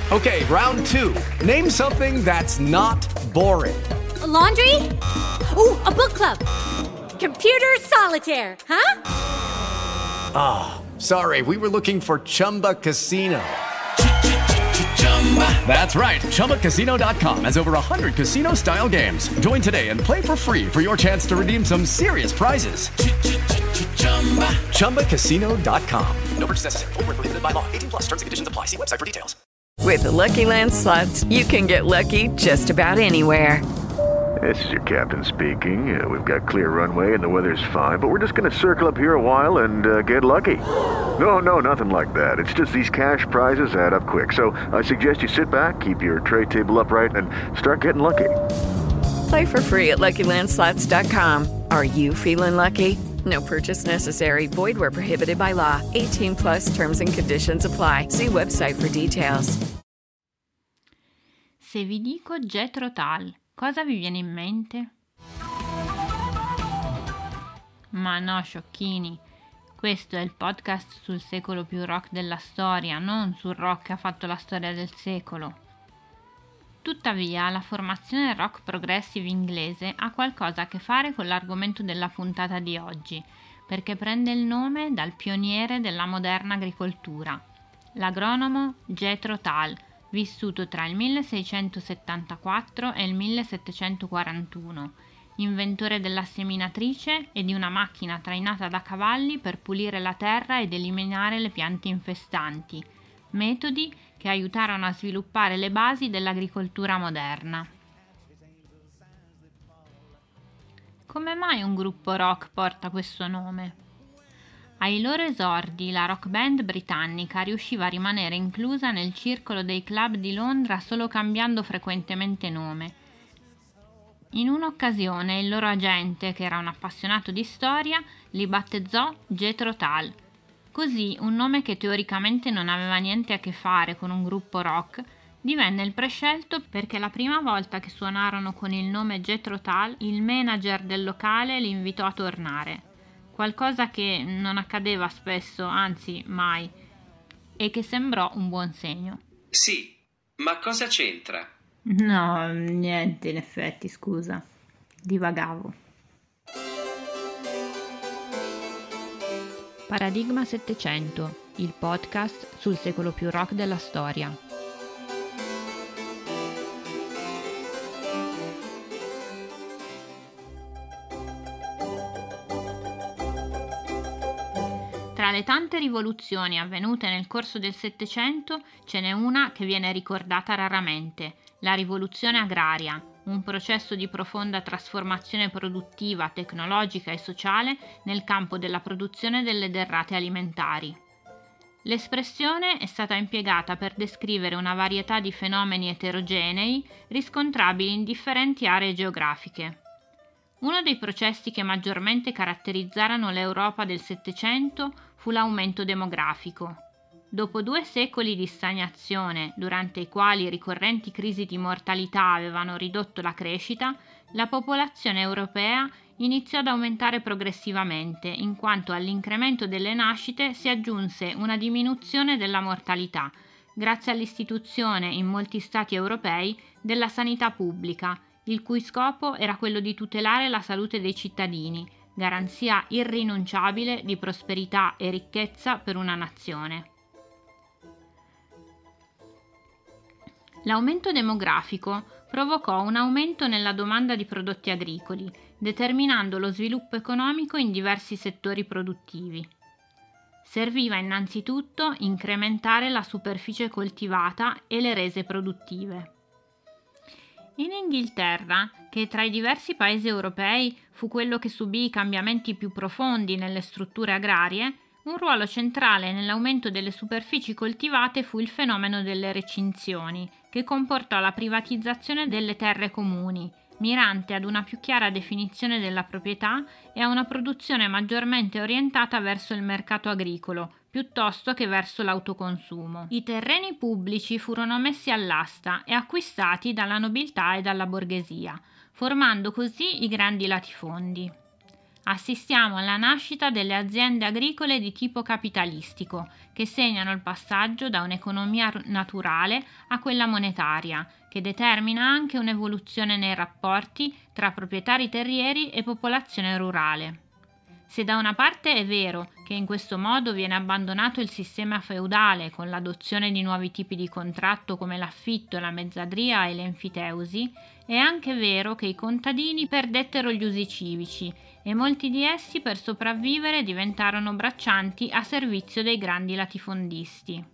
Okay, round two. Name something that's not boring. A laundry? Ooh, a book club. Computer solitaire, huh? Ah, sorry, we were looking for Chumba Casino. That's right, ChumbaCasino.com has over 100 casino-style games. Join today and play for free for your chance to redeem some serious prizes. ChumbaCasino.com. No purchase necessary. Void where prohibited by law. 18 plus. Terms and conditions apply. See website for details. With the Lucky Land Slots, you can get lucky just about anywhere. This is your captain speaking. We've got clear runway and the weather's fine, but we're just going to circle up here a while and get lucky. No, nothing like that. It's just these cash prizes add up quick. So I suggest you sit back, keep your tray table upright, and start getting lucky. Play for free at LuckyLandSlots.com. Are you feeling lucky? No purchase necessary. Void where prohibited by law. 18 plus terms and conditions apply. See website for details. Se vi dico Jethro Tull, cosa vi viene in mente? Ma no, sciocchini. Questo è il podcast sul secolo più rock della storia, non sul rock che ha fatto la storia del secolo. Tuttavia, la formazione rock progressive inglese ha qualcosa a che fare con l'argomento della puntata di oggi, perché prende il nome dal pioniere della moderna agricoltura, l'agronomo Jethro Tull, vissuto tra il 1674 e il 1741, inventore della seminatrice e di una macchina trainata da cavalli per pulire la terra ed eliminare le piante infestanti, metodi che aiutarono a sviluppare le basi dell'agricoltura moderna. Come mai un gruppo rock porta questo nome? Ai loro esordi, la rock band britannica riusciva a rimanere inclusa nel circolo dei club di Londra solo cambiando frequentemente nome. In un'occasione il loro agente, che era un appassionato di storia, li battezzò Jethro Tull. Così un nome che teoricamente non aveva niente a che fare con un gruppo rock divenne il prescelto perché la prima volta che suonarono con il nome Jethro Tull il manager del locale li invitò a tornare, qualcosa che non accadeva spesso, anzi mai, e che sembrò un buon segno. Sì, ma cosa c'entra? No, niente in effetti, scusa, divagavo. Paradigma 700, il podcast sul secolo più rock della storia. Tra le tante rivoluzioni avvenute nel corso del Settecento ce n'è una che viene ricordata raramente, la rivoluzione agraria, un processo di profonda trasformazione produttiva, tecnologica e sociale nel campo della produzione delle derrate alimentari. L'espressione è stata impiegata per descrivere una varietà di fenomeni eterogenei riscontrabili in differenti aree geografiche. Uno dei processi che maggiormente caratterizzarono l'Europa del Settecento fu l'aumento demografico. Dopo 2 secoli di stagnazione, durante i quali ricorrenti crisi di mortalità avevano ridotto la crescita, la popolazione europea iniziò ad aumentare progressivamente, in quanto all'incremento delle nascite si aggiunse una diminuzione della mortalità, grazie all'istituzione in molti stati europei della sanità pubblica, il cui scopo era quello di tutelare la salute dei cittadini, garanzia irrinunciabile di prosperità e ricchezza per una nazione. L'aumento demografico provocò un aumento nella domanda di prodotti agricoli, determinando lo sviluppo economico in diversi settori produttivi. Serviva innanzitutto incrementare la superficie coltivata e le rese produttive. In Inghilterra, che tra i diversi paesi europei fu quello che subì i cambiamenti più profondi nelle strutture agrarie, un ruolo centrale nell'aumento delle superfici coltivate fu il fenomeno delle recinzioni, che comportò la privatizzazione delle terre comuni, mirante ad una più chiara definizione della proprietà e a una produzione maggiormente orientata verso il mercato agricolo, piuttosto che verso l'autoconsumo. I terreni pubblici furono messi all'asta e acquistati dalla nobiltà e dalla borghesia, formando così i grandi latifondi. Assistiamo alla nascita delle aziende agricole di tipo capitalistico, che segnano il passaggio da un'economia naturale a quella monetaria, che determina anche un'evoluzione nei rapporti tra proprietari terrieri e popolazione rurale. Se da una parte è vero che in questo modo viene abbandonato il sistema feudale con l'adozione di nuovi tipi di contratto come l'affitto, la mezzadria e l'enfiteusi, è anche vero che i contadini perdettero gli usi civici e molti di essi per sopravvivere diventarono braccianti a servizio dei grandi latifondisti.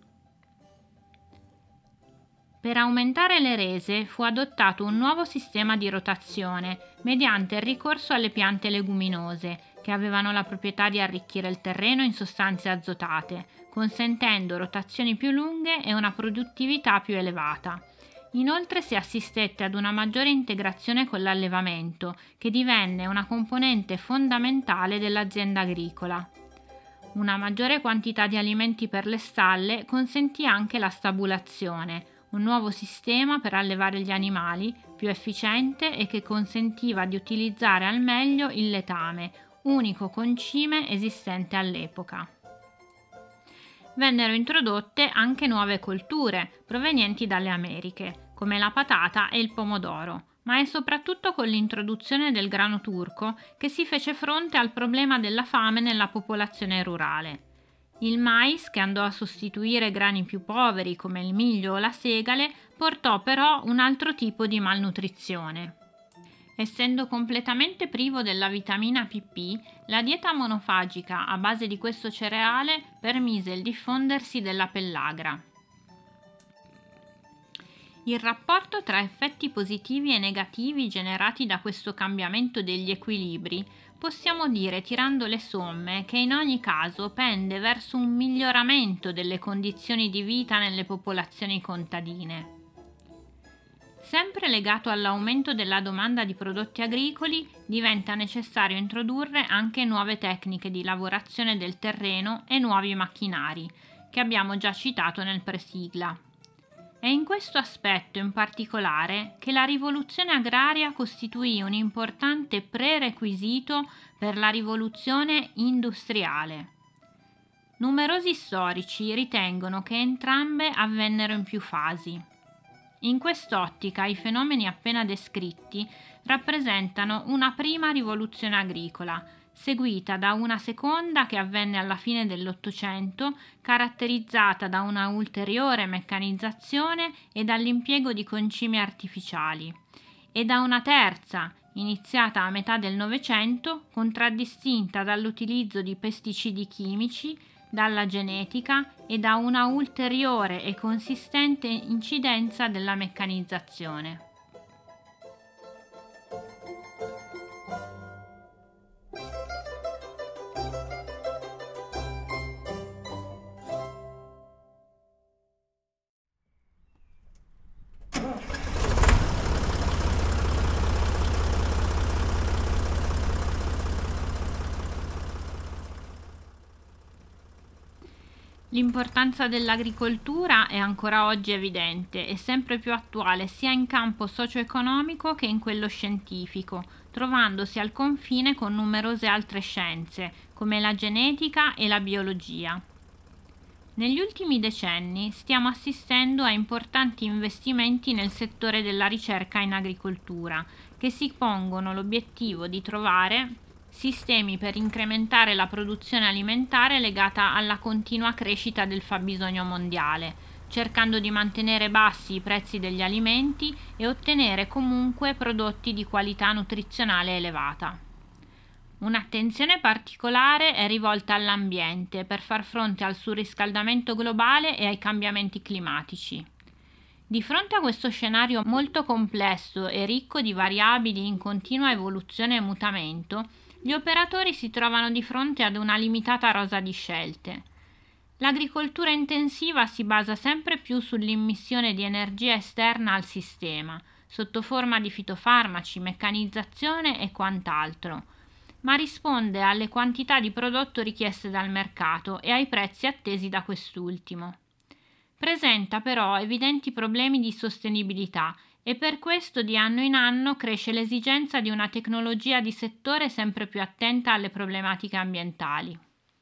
Per aumentare le rese fu adottato un nuovo sistema di rotazione mediante il ricorso alle piante leguminose, che avevano la proprietà di arricchire il terreno in sostanze azotate, consentendo rotazioni più lunghe e una produttività più elevata. Inoltre si assistette ad una maggiore integrazione con l'allevamento, che divenne una componente fondamentale dell'azienda agricola. Una maggiore quantità di alimenti per le stalle consentì anche la stabulazione, un nuovo sistema per allevare gli animali, più efficiente e che consentiva di utilizzare al meglio il letame, unico concime esistente all'epoca. Vennero introdotte anche nuove colture provenienti dalle Americhe, come la patata e il pomodoro, ma è soprattutto con l'introduzione del grano turco che si fece fronte al problema della fame nella popolazione rurale. Il mais, che andò a sostituire grani più poveri come il miglio o la segale, portò però un altro tipo di malnutrizione. Essendo completamente privo della vitamina PP, la dieta monofagica a base di questo cereale permise il diffondersi della pellagra. Il rapporto tra effetti positivi e negativi generati da questo cambiamento degli equilibri possiamo dire, tirando le somme, che in ogni caso pende verso un miglioramento delle condizioni di vita nelle popolazioni contadine. Sempre legato all'aumento della domanda di prodotti agricoli, diventa necessario introdurre anche nuove tecniche di lavorazione del terreno e nuovi macchinari, che abbiamo già citato nel presigla. È in questo aspetto in particolare che la rivoluzione agraria costituì un importante prerequisito per la rivoluzione industriale. Numerosi storici ritengono che entrambe avvennero in più fasi. In quest'ottica i fenomeni appena descritti rappresentano una prima rivoluzione agricola, seguita da una seconda che avvenne alla fine dell'Ottocento, caratterizzata da una ulteriore meccanizzazione e dall'impiego di concimi artificiali, e da una terza, iniziata a metà del Novecento, contraddistinta dall'utilizzo di pesticidi chimici, dalla genetica e da una ulteriore e consistente incidenza della meccanizzazione. L'importanza dell'agricoltura è ancora oggi evidente e sempre più attuale sia in campo socio-economico che in quello scientifico, trovandosi al confine con numerose altre scienze, come la genetica e la biologia. Negli ultimi decenni stiamo assistendo a importanti investimenti nel settore della ricerca in agricoltura, che si pongono l'obiettivo di trovare sistemi per incrementare la produzione alimentare legata alla continua crescita del fabbisogno mondiale, cercando di mantenere bassi i prezzi degli alimenti e ottenere comunque prodotti di qualità nutrizionale elevata. Un'attenzione particolare è rivolta all'ambiente per far fronte al surriscaldamento globale e ai cambiamenti climatici. Di fronte a questo scenario molto complesso e ricco di variabili in continua evoluzione e mutamento, gli operatori si trovano di fronte ad una limitata rosa di scelte. L'agricoltura intensiva si basa sempre più sull'immissione di energia esterna al sistema, sotto forma di fitofarmaci, meccanizzazione e quant'altro, ma risponde alle quantità di prodotto richieste dal mercato e ai prezzi attesi da quest'ultimo. Presenta però evidenti problemi di sostenibilità e per questo di anno in anno cresce l'esigenza di una tecnologia di settore sempre più attenta alle problematiche ambientali.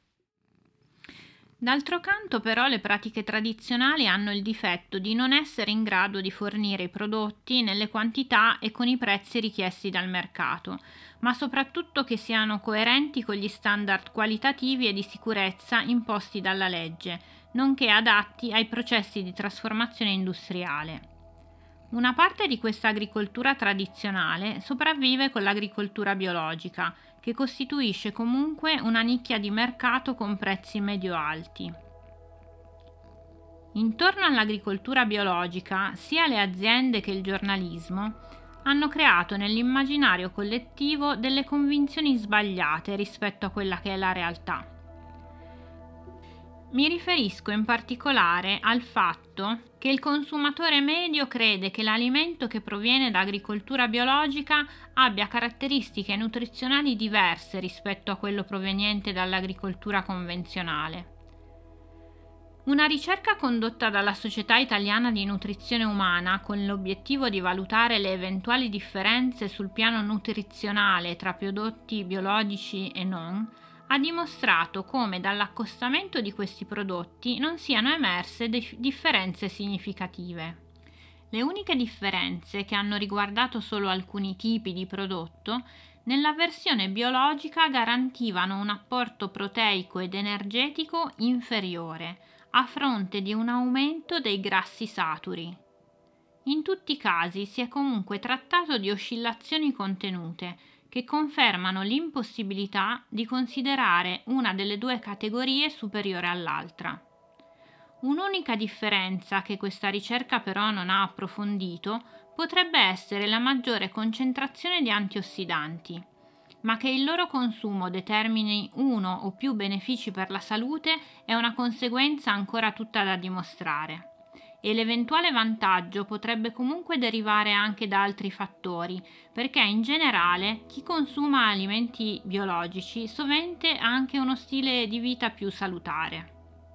D'altro canto, però, le pratiche tradizionali hanno il difetto di non essere in grado di fornire i prodotti nelle quantità e con i prezzi richiesti dal mercato, ma soprattutto che siano coerenti con gli standard qualitativi e di sicurezza imposti dalla legge, nonché adatti ai processi di trasformazione industriale. Una parte di questa agricoltura tradizionale sopravvive con l'agricoltura biologica, che costituisce comunque una nicchia di mercato con prezzi medio-alti. Intorno all'agricoltura biologica, sia le aziende che il giornalismo hanno creato nell'immaginario collettivo delle convinzioni sbagliate rispetto a quella che è la realtà. Mi riferisco in particolare al fatto che il consumatore medio crede che l'alimento che proviene da agricoltura biologica abbia caratteristiche nutrizionali diverse rispetto a quello proveniente dall'agricoltura convenzionale. Una ricerca condotta dalla Società Italiana di Nutrizione Umana con l'obiettivo di valutare le eventuali differenze sul piano nutrizionale tra prodotti biologici e non ha dimostrato come dall'accostamento di questi prodotti non siano emerse differenze significative. Le uniche differenze, che hanno riguardato solo alcuni tipi di prodotto, nella versione biologica garantivano un apporto proteico ed energetico inferiore, a fronte di un aumento dei grassi saturi. In tutti i casi si è comunque trattato di oscillazioni contenute, che confermano l'impossibilità di considerare una delle due categorie superiore all'altra. Un'unica differenza che questa ricerca però non ha approfondito potrebbe essere la maggiore concentrazione di antiossidanti, ma che il loro consumo determini uno o più benefici per la salute è una conseguenza ancora tutta da dimostrare. E l'eventuale vantaggio potrebbe comunque derivare anche da altri fattori, perché in generale chi consuma alimenti biologici sovente ha anche uno stile di vita più salutare.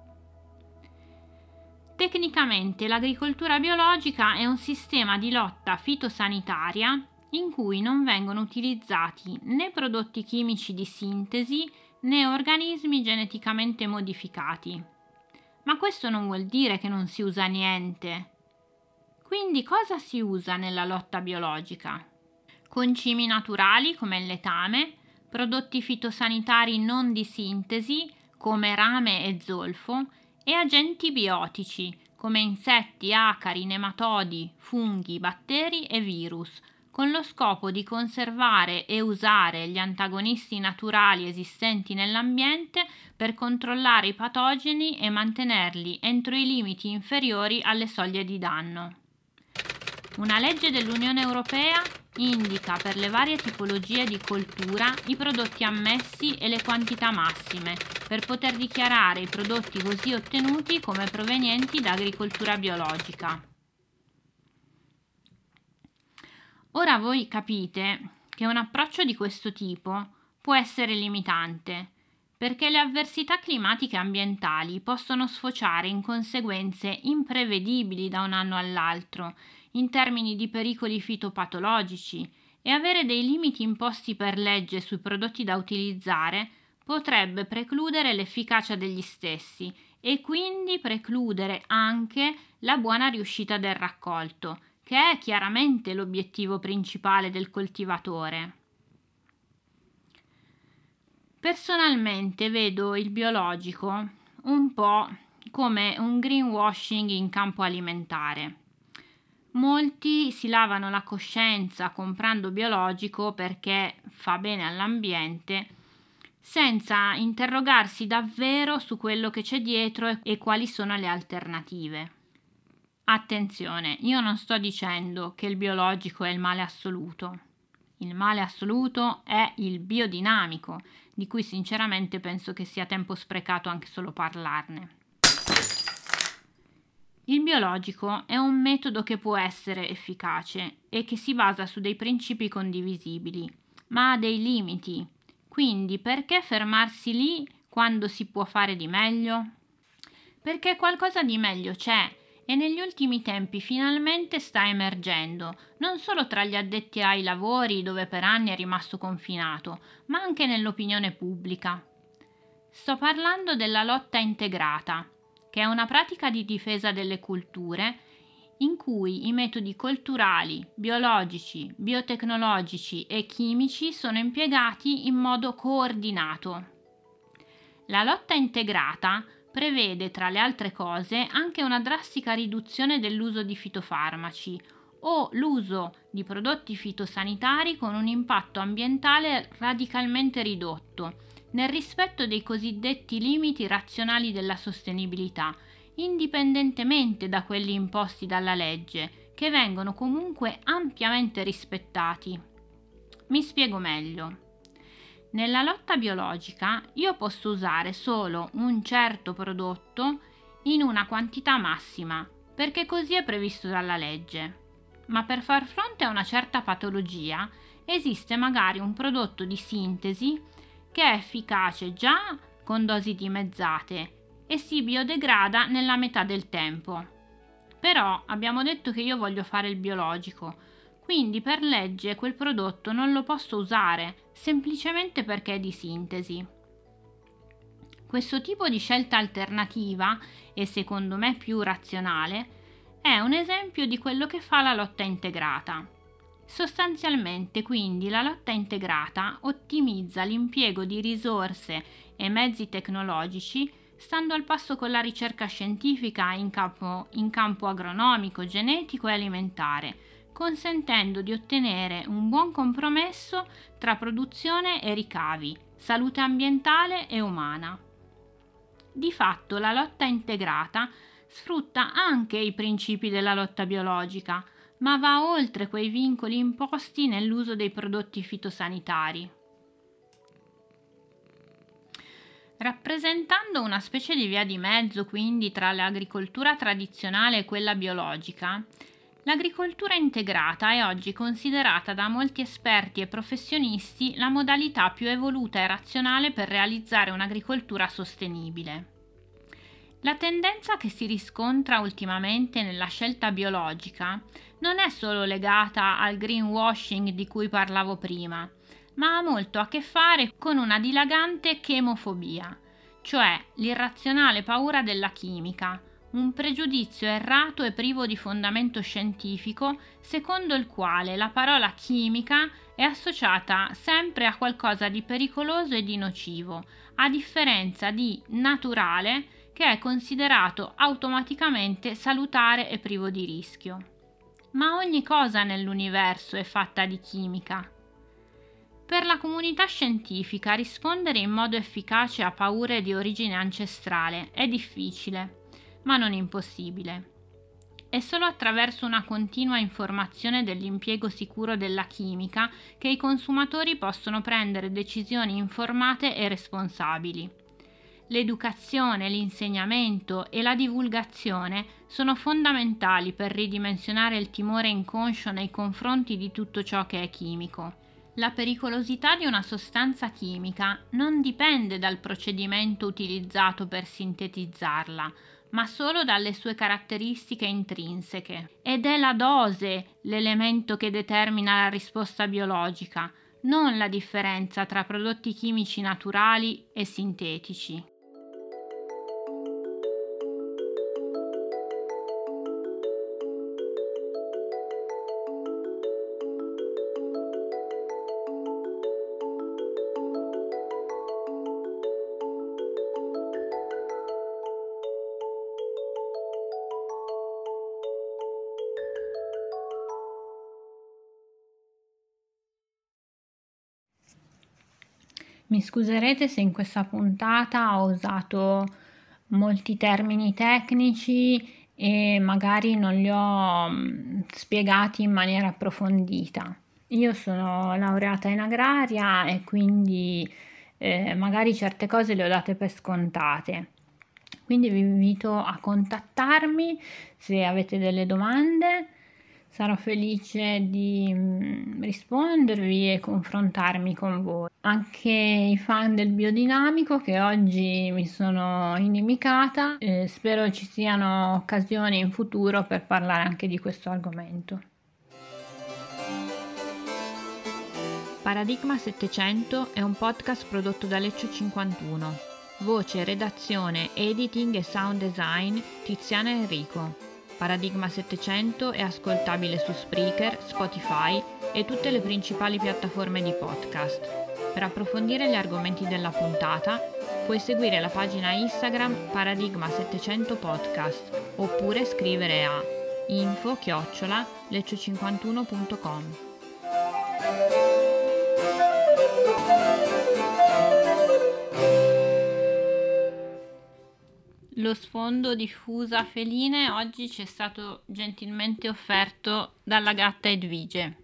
Tecnicamente l'agricoltura biologica è un sistema di lotta fitosanitaria in cui non vengono utilizzati né prodotti chimici di sintesi né organismi geneticamente modificati. Ma questo non vuol dire che non si usa niente. Quindi cosa si usa nella lotta biologica? Concimi naturali come il letame, prodotti fitosanitari non di sintesi come rame e zolfo e agenti biotici come insetti, acari, nematodi, funghi, batteri e virus, con lo scopo di conservare e usare gli antagonisti naturali esistenti nell'ambiente per controllare i patogeni e mantenerli entro i limiti inferiori alle soglie di danno. Una legge dell'Unione Europea indica per le varie tipologie di coltura i prodotti ammessi e le quantità massime per poter dichiarare i prodotti così ottenuti come provenienti da agricoltura biologica. Ora voi capite che un approccio di questo tipo può essere limitante, perché le avversità climatiche e ambientali possono sfociare in conseguenze imprevedibili da un anno all'altro, in termini di pericoli fitopatologici, e avere dei limiti imposti per legge sui prodotti da utilizzare potrebbe precludere l'efficacia degli stessi e quindi precludere anche la buona riuscita del raccolto, che è chiaramente l'obiettivo principale del coltivatore. Personalmente vedo il biologico un po' come un greenwashing in campo alimentare. Molti si lavano la coscienza comprando biologico perché fa bene all'ambiente, senza interrogarsi davvero su quello che c'è dietro e quali sono le alternative. Attenzione, io non sto dicendo che il biologico è il male assoluto. Il male assoluto è il biodinamico, di cui sinceramente penso che sia tempo sprecato anche solo parlarne. Il biologico è un metodo che può essere efficace e che si basa su dei principi condivisibili, ma ha dei limiti. Quindi perché fermarsi lì quando si può fare di meglio? Perché qualcosa di meglio c'è e negli ultimi tempi finalmente sta emergendo, non solo tra gli addetti ai lavori dove per anni è rimasto confinato, ma anche nell'opinione pubblica. Sto parlando della lotta integrata, che è una pratica di difesa delle culture in cui i metodi culturali, biologici, biotecnologici e chimici sono impiegati in modo coordinato. La lotta integrata prevede, tra le altre cose, anche una drastica riduzione dell'uso di fitofarmaci o l'uso di prodotti fitosanitari con un impatto ambientale radicalmente ridotto, nel rispetto dei cosiddetti limiti razionali della sostenibilità, indipendentemente da quelli imposti dalla legge, che vengono comunque ampiamente rispettati. Mi spiego meglio. Nella lotta biologica io posso usare solo un certo prodotto in una quantità massima, perché così è previsto dalla legge. Ma per far fronte a una certa patologia esiste magari un prodotto di sintesi che è efficace già con dosi dimezzate e si biodegrada nella metà del tempo. Però abbiamo detto che io voglio fare il biologico, quindi per legge quel prodotto non lo posso usare, semplicemente perché è di sintesi. Questo tipo di scelta alternativa, e secondo me più razionale, è un esempio di quello che fa la lotta integrata. Sostanzialmente, quindi, la lotta integrata ottimizza l'impiego di risorse e mezzi tecnologici stando al passo con la ricerca scientifica in campo agronomico, genetico e alimentare, consentendo di ottenere un buon compromesso tra produzione e ricavi, salute ambientale e umana. Di fatto la lotta integrata sfrutta anche i principi della lotta biologica, ma va oltre quei vincoli imposti nell'uso dei prodotti fitosanitari. Rappresentando una specie di via di mezzo quindi tra l'agricoltura tradizionale e quella biologica, l'agricoltura integrata è oggi considerata da molti esperti e professionisti la modalità più evoluta e razionale per realizzare un'agricoltura sostenibile. La tendenza che si riscontra ultimamente nella scelta biologica non è solo legata al greenwashing di cui parlavo prima, ma ha molto a che fare con una dilagante chemofobia, cioè l'irrazionale paura della chimica, un pregiudizio errato e privo di fondamento scientifico secondo il quale la parola chimica è associata sempre a qualcosa di pericoloso e di nocivo, a differenza di naturale, che è considerato automaticamente salutare e privo di rischio. Ma ogni cosa nell'universo è fatta di chimica. Per la comunità scientifica rispondere in modo efficace a paure di origine ancestrale è difficile, ma non impossibile. È solo attraverso una continua informazione dell'impiego sicuro della chimica che i consumatori possono prendere decisioni informate e responsabili. L'educazione, l'insegnamento e la divulgazione sono fondamentali per ridimensionare il timore inconscio nei confronti di tutto ciò che è chimico. La pericolosità di una sostanza chimica non dipende dal procedimento utilizzato per sintetizzarla, ma solo dalle sue caratteristiche intrinseche. Ed è la dose l'elemento che determina la risposta biologica, non la differenza tra prodotti chimici naturali e sintetici. Mi scuserete se in questa puntata ho usato molti termini tecnici e magari non li ho spiegati in maniera approfondita. Io sono laureata in agraria e quindi magari certe cose le ho date per scontate. Quindi vi invito a contattarmi se avete delle domande Sarò felice di rispondervi e confrontarmi con voi. Anche i fan del biodinamico che oggi mi sono inimicata, spero ci siano occasioni in futuro per parlare anche di questo argomento. Paradigma 700 è un podcast prodotto da Lecce 51. Voce, redazione, editing e sound design Tiziana Enrico. Paradigma 700 è ascoltabile su Spreaker, Spotify e tutte le principali piattaforme di podcast. Per approfondire gli argomenti della puntata, puoi seguire la pagina Instagram Paradigma 700 Podcast oppure scrivere a info@lecce51.com. Lo sfondo di Fusa Feline oggi ci è stato gentilmente offerto dalla gatta Edvige.